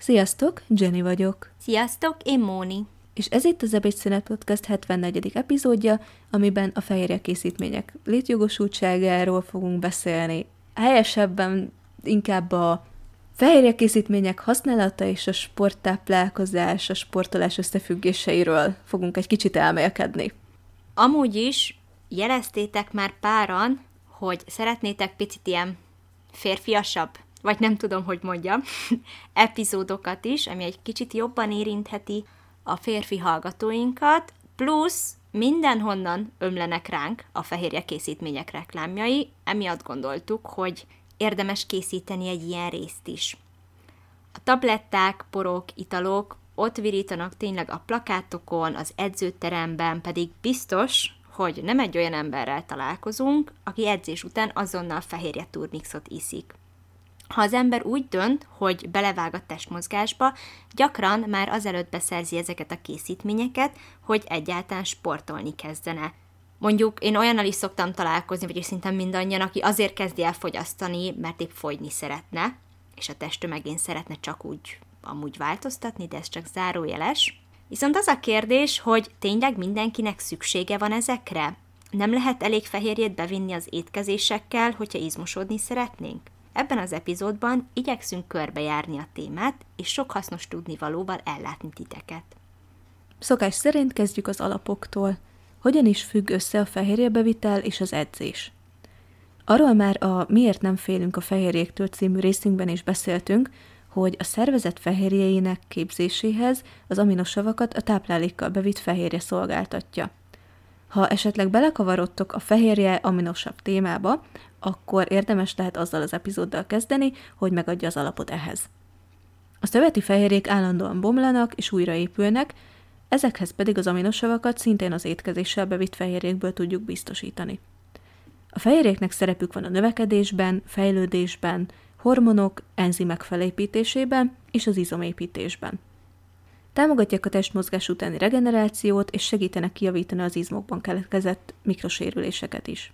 Sziasztok, Jenny vagyok. Sziasztok, én Móni. És ez itt az Ebédszünet Podcast 74. epizódja, amiben a fehérje készítmények létjogosultságáról fogunk beszélni. Helyesebben inkább a fehérje készítmények használata és a sporttáplálkozás, a sportolás összefüggéseiről fogunk egy kicsit elmélkedni. Amúgy is jeleztétek már páran, hogy szeretnétek picit ilyen férfiasabb, vagy nem tudom, hogy mondjam, epizódokat is, ami egy kicsit jobban érintheti a férfi hallgatóinkat, plusz mindenhonnan ömlenek ránk a fehérje készítmények reklámjai, emiatt gondoltuk, hogy érdemes készíteni egy ilyen részt is. A tabletták, porok, italok ott virítanak tényleg a plakátokon, az edzőteremben, pedig biztos, hogy nem egy olyan emberrel találkozunk, aki edzés után azonnal fehérje turmixot iszik. Ha az ember úgy dönt, hogy belevág a testmozgásba, gyakran már azelőtt beszerzi ezeket a készítményeket, hogy egyáltalán sportolni kezdene. Mondjuk én olyannal is szoktam találkozni, vagyis szinte mindannyian, aki azért kezdi el fogyasztani, mert épp fogyni szeretne, és a testtömegén szeretne csak úgy amúgy változtatni, de ez csak zárójeles. Viszont az a kérdés, hogy tényleg mindenkinek szüksége van ezekre? Nem lehet elég fehérjét bevinni az étkezésekkel, hogyha izmosodni szeretnénk? Ebben az epizódban igyekszünk körbejárni a témát, és sok hasznos tudnivalóval ellátni titeket. Szokás szerint kezdjük az alapoktól. Hogyan is függ össze a fehérjebevitel és az edzés? Arról már a Miért nem félünk a fehérjéktől című részünkben is beszéltünk, hogy a szervezet fehérjéinek képzéséhez az aminosavakat a táplálékkal bevitt fehérje szolgáltatja. Ha esetleg belekavarodtok a fehérje aminosav témába, akkor érdemes lehet azzal az epizóddal kezdeni, hogy megadja az alapot ehhez. A szöveti fehérjék állandóan bomlanak és újraépülnek, ezekhez pedig az aminosavakat szintén az étkezéssel bevitt fehérjékből tudjuk biztosítani. A fehérjéknek szerepük van a növekedésben, fejlődésben, hormonok, enzimek felépítésében és az izomépítésben. Támogatják a testmozgás utáni regenerációt és segítenek kijavítani az izmokban keletkezett mikrosérüléseket is.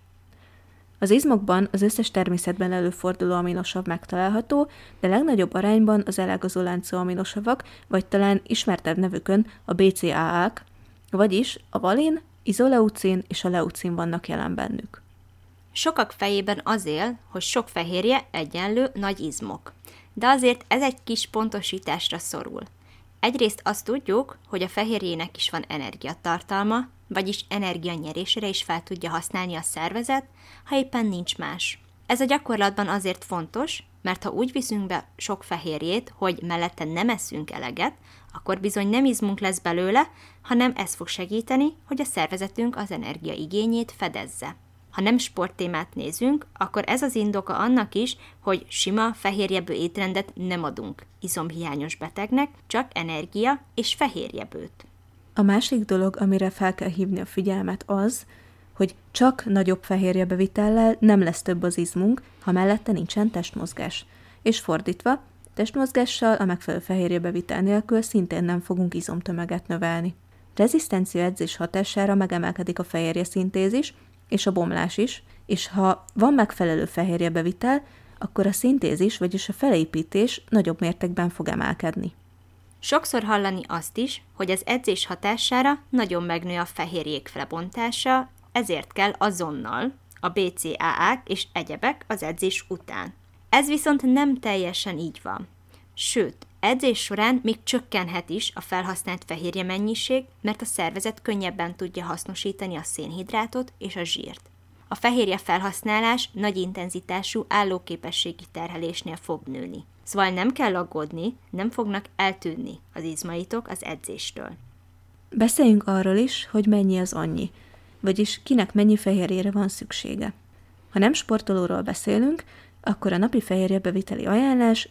Az izmokban az összes természetben előforduló aminosav megtalálható, de legnagyobb arányban az elágazó láncú aminosavak, vagy talán ismertebb nevükön a BCAA-k, vagyis a valin, izoleucin és a leucin vannak jelen bennük. Sokak fejében az él, hogy sok fehérje egyenlő nagy izmok, de azért ez egy kis pontosításra szorul. Egyrészt azt tudjuk, hogy a fehérjének is van energiatartalma, vagyis energianyerésére is fel tudja használni a szervezet, ha éppen nincs más. Ez a gyakorlatban azért fontos, mert ha úgy viszünk be sok fehérjét, hogy mellette nem eszünk eleget, akkor bizony nem izmunk lesz belőle, hanem ez fog segíteni, hogy a szervezetünk az energiaigényét fedezze. Ha nem sporttémát nézünk, akkor ez az indoka annak is, hogy sima fehérjebő étrendet nem adunk izomhiányos betegnek, csak energia és fehérjebőt. A másik dolog, amire fel kell hívni a figyelmet az, hogy csak nagyobb fehérjebevitellel nem lesz több az izmunk, ha mellette nincsen testmozgás. És fordítva, testmozgással a megfelelő fehérjebevitel nélkül szintén nem fogunk izomtömeget növelni. Rezisztencia edzés hatására megemelkedik a fehérjeszintézis, és a bomlás is, és ha van megfelelő fehérjebevitel, akkor a szintézis, vagyis a felépítés nagyobb mértékben fog emelkedni. Sokszor hallani azt is, hogy az edzés hatására nagyon megnő a fehérjék felbontása, ezért kell azonnal a BCAA-k és egyebek az edzés után. Ez viszont nem teljesen így van. Sőt, edzés során még csökkenhet is a felhasznált fehérje mennyiség, mert a szervezet könnyebben tudja hasznosítani a szénhidrátot és a zsírt. A fehérje felhasználás nagy intenzitású állóképességi terhelésnél fog nőni. Szóval nem kell aggódni, nem fognak eltűnni az izmaitok az edzéstől. Beszéljünk arról is, hogy mennyi az annyi, vagyis kinek mennyi fehérjére van szüksége. Ha nem sportolóról beszélünk, akkor a napi fehérjebeviteli ajánlás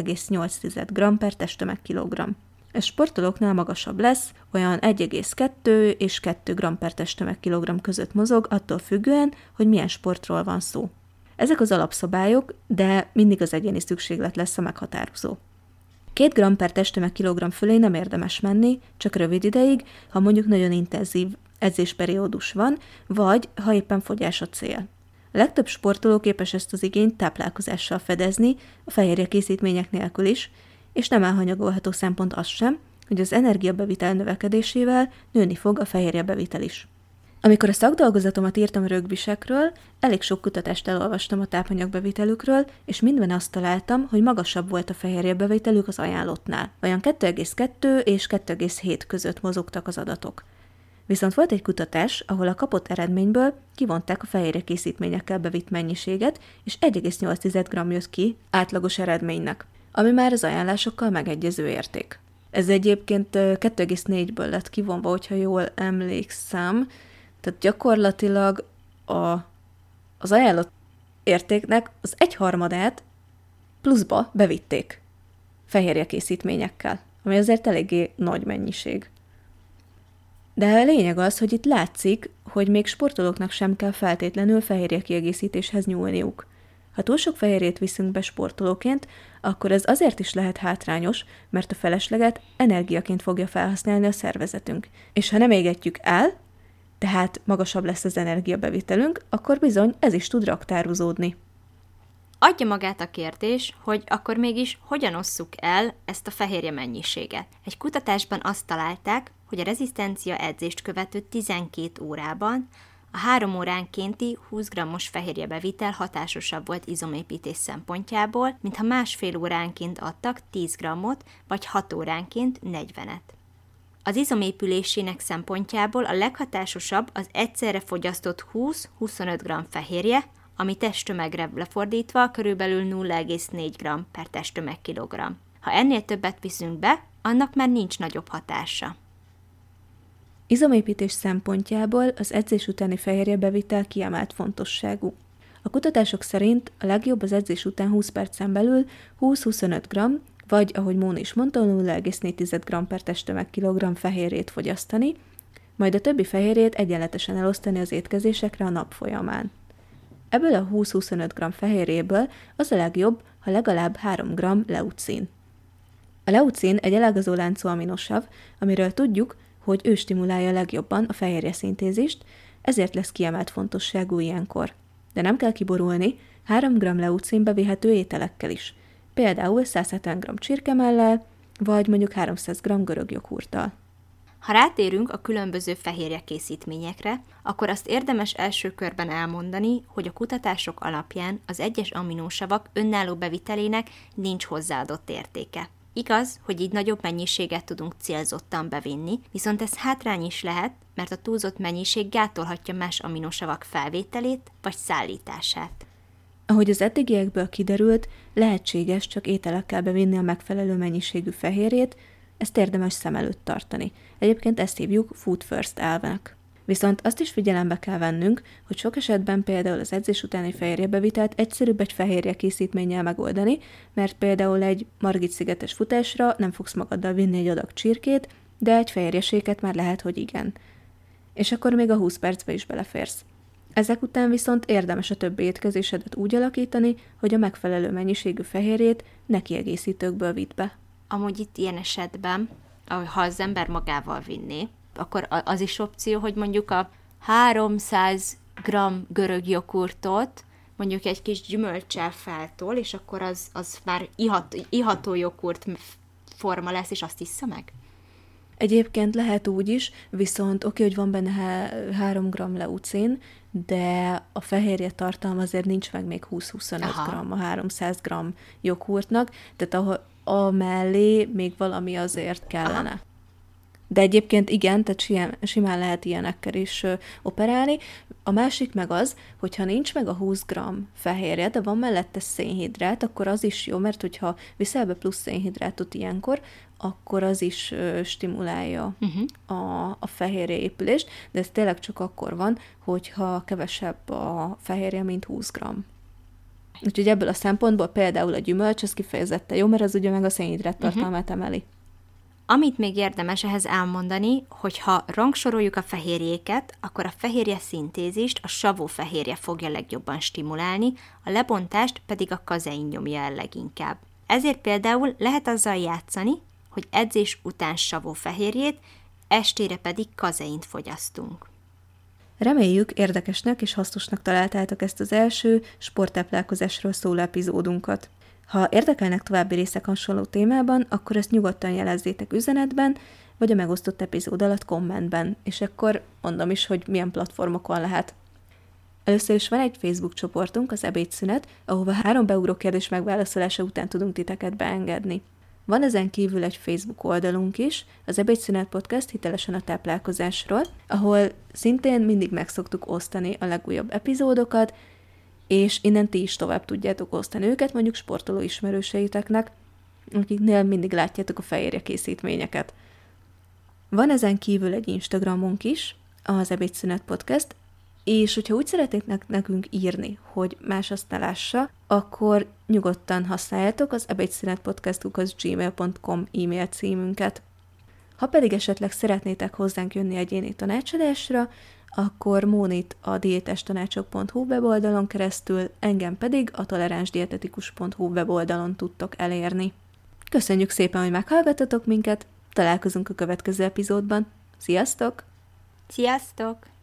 0,8 g per testtömeg kilogramm. Ez sportolóknál magasabb lesz, olyan 1,2 és 2 g per testtömeg kilogramm között mozog, attól függően, hogy milyen sportról van szó. Ezek az alapszabályok, de mindig az egyéni szükséglet lesz a meghatározó. 2 g per testtömeg kilogramm fölé nem érdemes menni, csak rövid ideig, ha mondjuk nagyon intenzív edzésperiódus van, vagy ha éppen fogyás a cél. A legtöbb sportoló képes ezt az igényt táplálkozással fedezni, a fehérje készítmények nélkül is, és nem elhanyagolható szempont az sem, hogy az energiabevitel növekedésével nőni fog a fehérjebevitel is. Amikor a szakdolgozatomat írtam a rögbisekről, elég sok kutatást elolvastam a tápanyagbevitelükről, és mindben azt találtam, hogy magasabb volt a fehérjebevitelük az ajánlottnál. Olyan 2,2 és 2,7 között mozogtak az adatok. Viszont volt egy kutatás, ahol a kapott eredményből kivonták a fehérjekészítményekkel bevitt mennyiséget, és 1,8 g jött ki átlagos eredménynek, ami már az ajánlásokkal megegyező érték. Ez egyébként 2,4-ből lett kivonva, hogyha jól emlékszem, tehát gyakorlatilag az ajánlott értéknek az 1/3 pluszba bevitték fehérjekészítményekkel, ami azért eléggé nagy mennyiség. De a lényeg az, hogy itt látszik, hogy még sportolóknak sem kell feltétlenül fehérjekiegészítéshez nyúlniuk. Ha túl sok fehérjét viszünk be sportolóként, akkor ez azért is lehet hátrányos, mert a felesleget energiaként fogja felhasználni a szervezetünk. És ha nem égetjük el, tehát magasabb lesz az energiabevitelünk, akkor bizony ez is tud raktározódni. Adja magát a kérdés, hogy akkor mégis hogyan osszuk el ezt a fehérje mennyiséget. Egy kutatásban azt találták, hogy a rezisztencia edzést követő 12 órában a 3 óránkénti 20 g-os fehérjebevitel hatásosabb volt izomépítés szempontjából, mintha másfél óránként adtak 10 g-ot, vagy 6 óránként 40-et. Az izomépülésének szempontjából a leghatásosabb az egyszerre fogyasztott 20-25 g fehérje, ami testtömegre lefordítva körülbelül 0,4 g per testtömeg kilogramm. Ha ennél többet viszünk be, annak már nincs nagyobb hatása. Izomépítés szempontjából az edzés utáni fehérjebevitel kiemelt fontosságú. A kutatások szerint a legjobb az edzés után 20 percen belül 20-25 g, vagy ahogy Móna is mondta, 0,4 g per testtömeg kilogramm fehérjét fogyasztani, majd a többi fehérjét egyenletesen elosztani az étkezésekre a nap folyamán. Ebből a 20-25 g fehérjéből az a legjobb, ha legalább 3 g leucin. A leucin egy elágazó láncú aminosav, amiről tudjuk, hogy ő stimulálja legjobban a fehérje szintézist, ezért lesz kiemelt fontosságú ilyenkor. De nem kell kiborulni, 3 g leucin bevihető ételekkel is, például 170 g csirkemellel, vagy mondjuk 300 g görög joghurttal. Ha rátérünk a különböző fehérjekészítményekre, akkor azt érdemes első körben elmondani, hogy a kutatások alapján az egyes aminósavak önálló bevitelének nincs hozzáadott értéke. Igaz, hogy így nagyobb mennyiséget tudunk célzottan bevinni, viszont ez hátrány is lehet, mert a túlzott mennyiség gátolhatja más aminosavak felvételét vagy szállítását. Ahogy az eddigiekből kiderült, lehetséges csak ételekkel bevinni a megfelelő mennyiségű fehérjét, ezt érdemes szem előtt tartani. Egyébként ezt hívjuk food first elvnek. Viszont azt is figyelembe kell vennünk, hogy sok esetben például az edzés utáni fehérjebevitelt egyszerűbb egy fehérjekészítménnyel megoldani, mert például egy Margit-szigetes futásra nem fogsz magaddal vinni egy adag csirkét, de egy fehérjeséket már lehet, hogy igen. És akkor még a 20 percbe is beleférsz. Ezek után viszont érdemes a többi étkezésedet úgy alakítani, hogy a megfelelő mennyiségű fehérjét ne kiegészítőkből vidd be. Amúgy itt ilyen esetben, ha az ember magával vinné, akkor az is opció, hogy mondjuk a 300 g görög joghurtot mondjuk egy kis gyümölccsel feltol, és akkor az már iható joghurt forma lesz, és azt issza meg? Egyébként lehet úgy is, viszont oké, hogy van benne 3 g leucin, de a fehérje tartalma azért nincs meg még 20-25 g a 300 g joghurtnak, tehát amellé még valami azért kellene. Aha. De egyébként igen, tehát simán lehet ilyenekkel is operálni. A másik meg az, hogyha nincs meg a 20 g fehérje, de van mellette szénhidrát, akkor az is jó, mert hogyha viszel be plusz szénhidrátot ilyenkor, akkor az is stimulálja a fehérje épülést, de ez tényleg csak akkor van, hogyha kevesebb a fehérje, mint 20 g. Úgyhogy ebből a szempontból például a gyümölcs, az kifejezetten jó, mert az ugye meg a szénhidrát tartalmát emeli. Amit még érdemes ehhez elmondani, hogy ha rangsoroljuk a fehérjéket, akkor a fehérje szintézist a savófehérje fogja legjobban stimulálni, a lebontást pedig a kazein nyomja el leginkább. Ezért például lehet azzal játszani, hogy edzés után savófehérjét, estére pedig kazeint fogyasztunk. Reméljük, érdekesnek és hasznosnak találtátok ezt az első sporttáplálkozásról szóló epizódunkat. Ha érdekelnek további részek hasonló témában, akkor ezt nyugodtan jelezzétek üzenetben, vagy a megosztott epizód alatt kommentben, és akkor mondom is, hogy milyen platformokon lehet. Először is van egy Facebook csoportunk, az Ebédszünet, ahova 3 beugró kérdés megválaszolása után tudunk titeket beengedni. Van ezen kívül egy Facebook oldalunk is, az Ebédszünet Podcast hitelesen a táplálkozásról, ahol szintén mindig meg szoktuk osztani a legújabb epizódokat, és innen ti is tovább tudjátok osztani őket, mondjuk sportoló ismerőseiteknek, akiknél mindig látjátok a fehérje készítményeket. Van ezen kívül egy Instagramunk is, az Ebédszünet Podcast, és hogyha úgy szeretnétek nekünk írni, hogy más azt ne lássa, akkor nyugodtan használjátok az ebédszünetpodcast@gmail.com e-mail címünket. Ha pedig esetleg szeretnétek hozzánk jönni egyéni tanácsadásra, akkor Mónit a diétestanácsok.hu weboldalon keresztül, engem pedig a toleránsdietetikus.hu weboldalon tudtok elérni. Köszönjük szépen, hogy meghallgattatok minket, találkozunk a következő epizódban. Sziasztok! Sziasztok!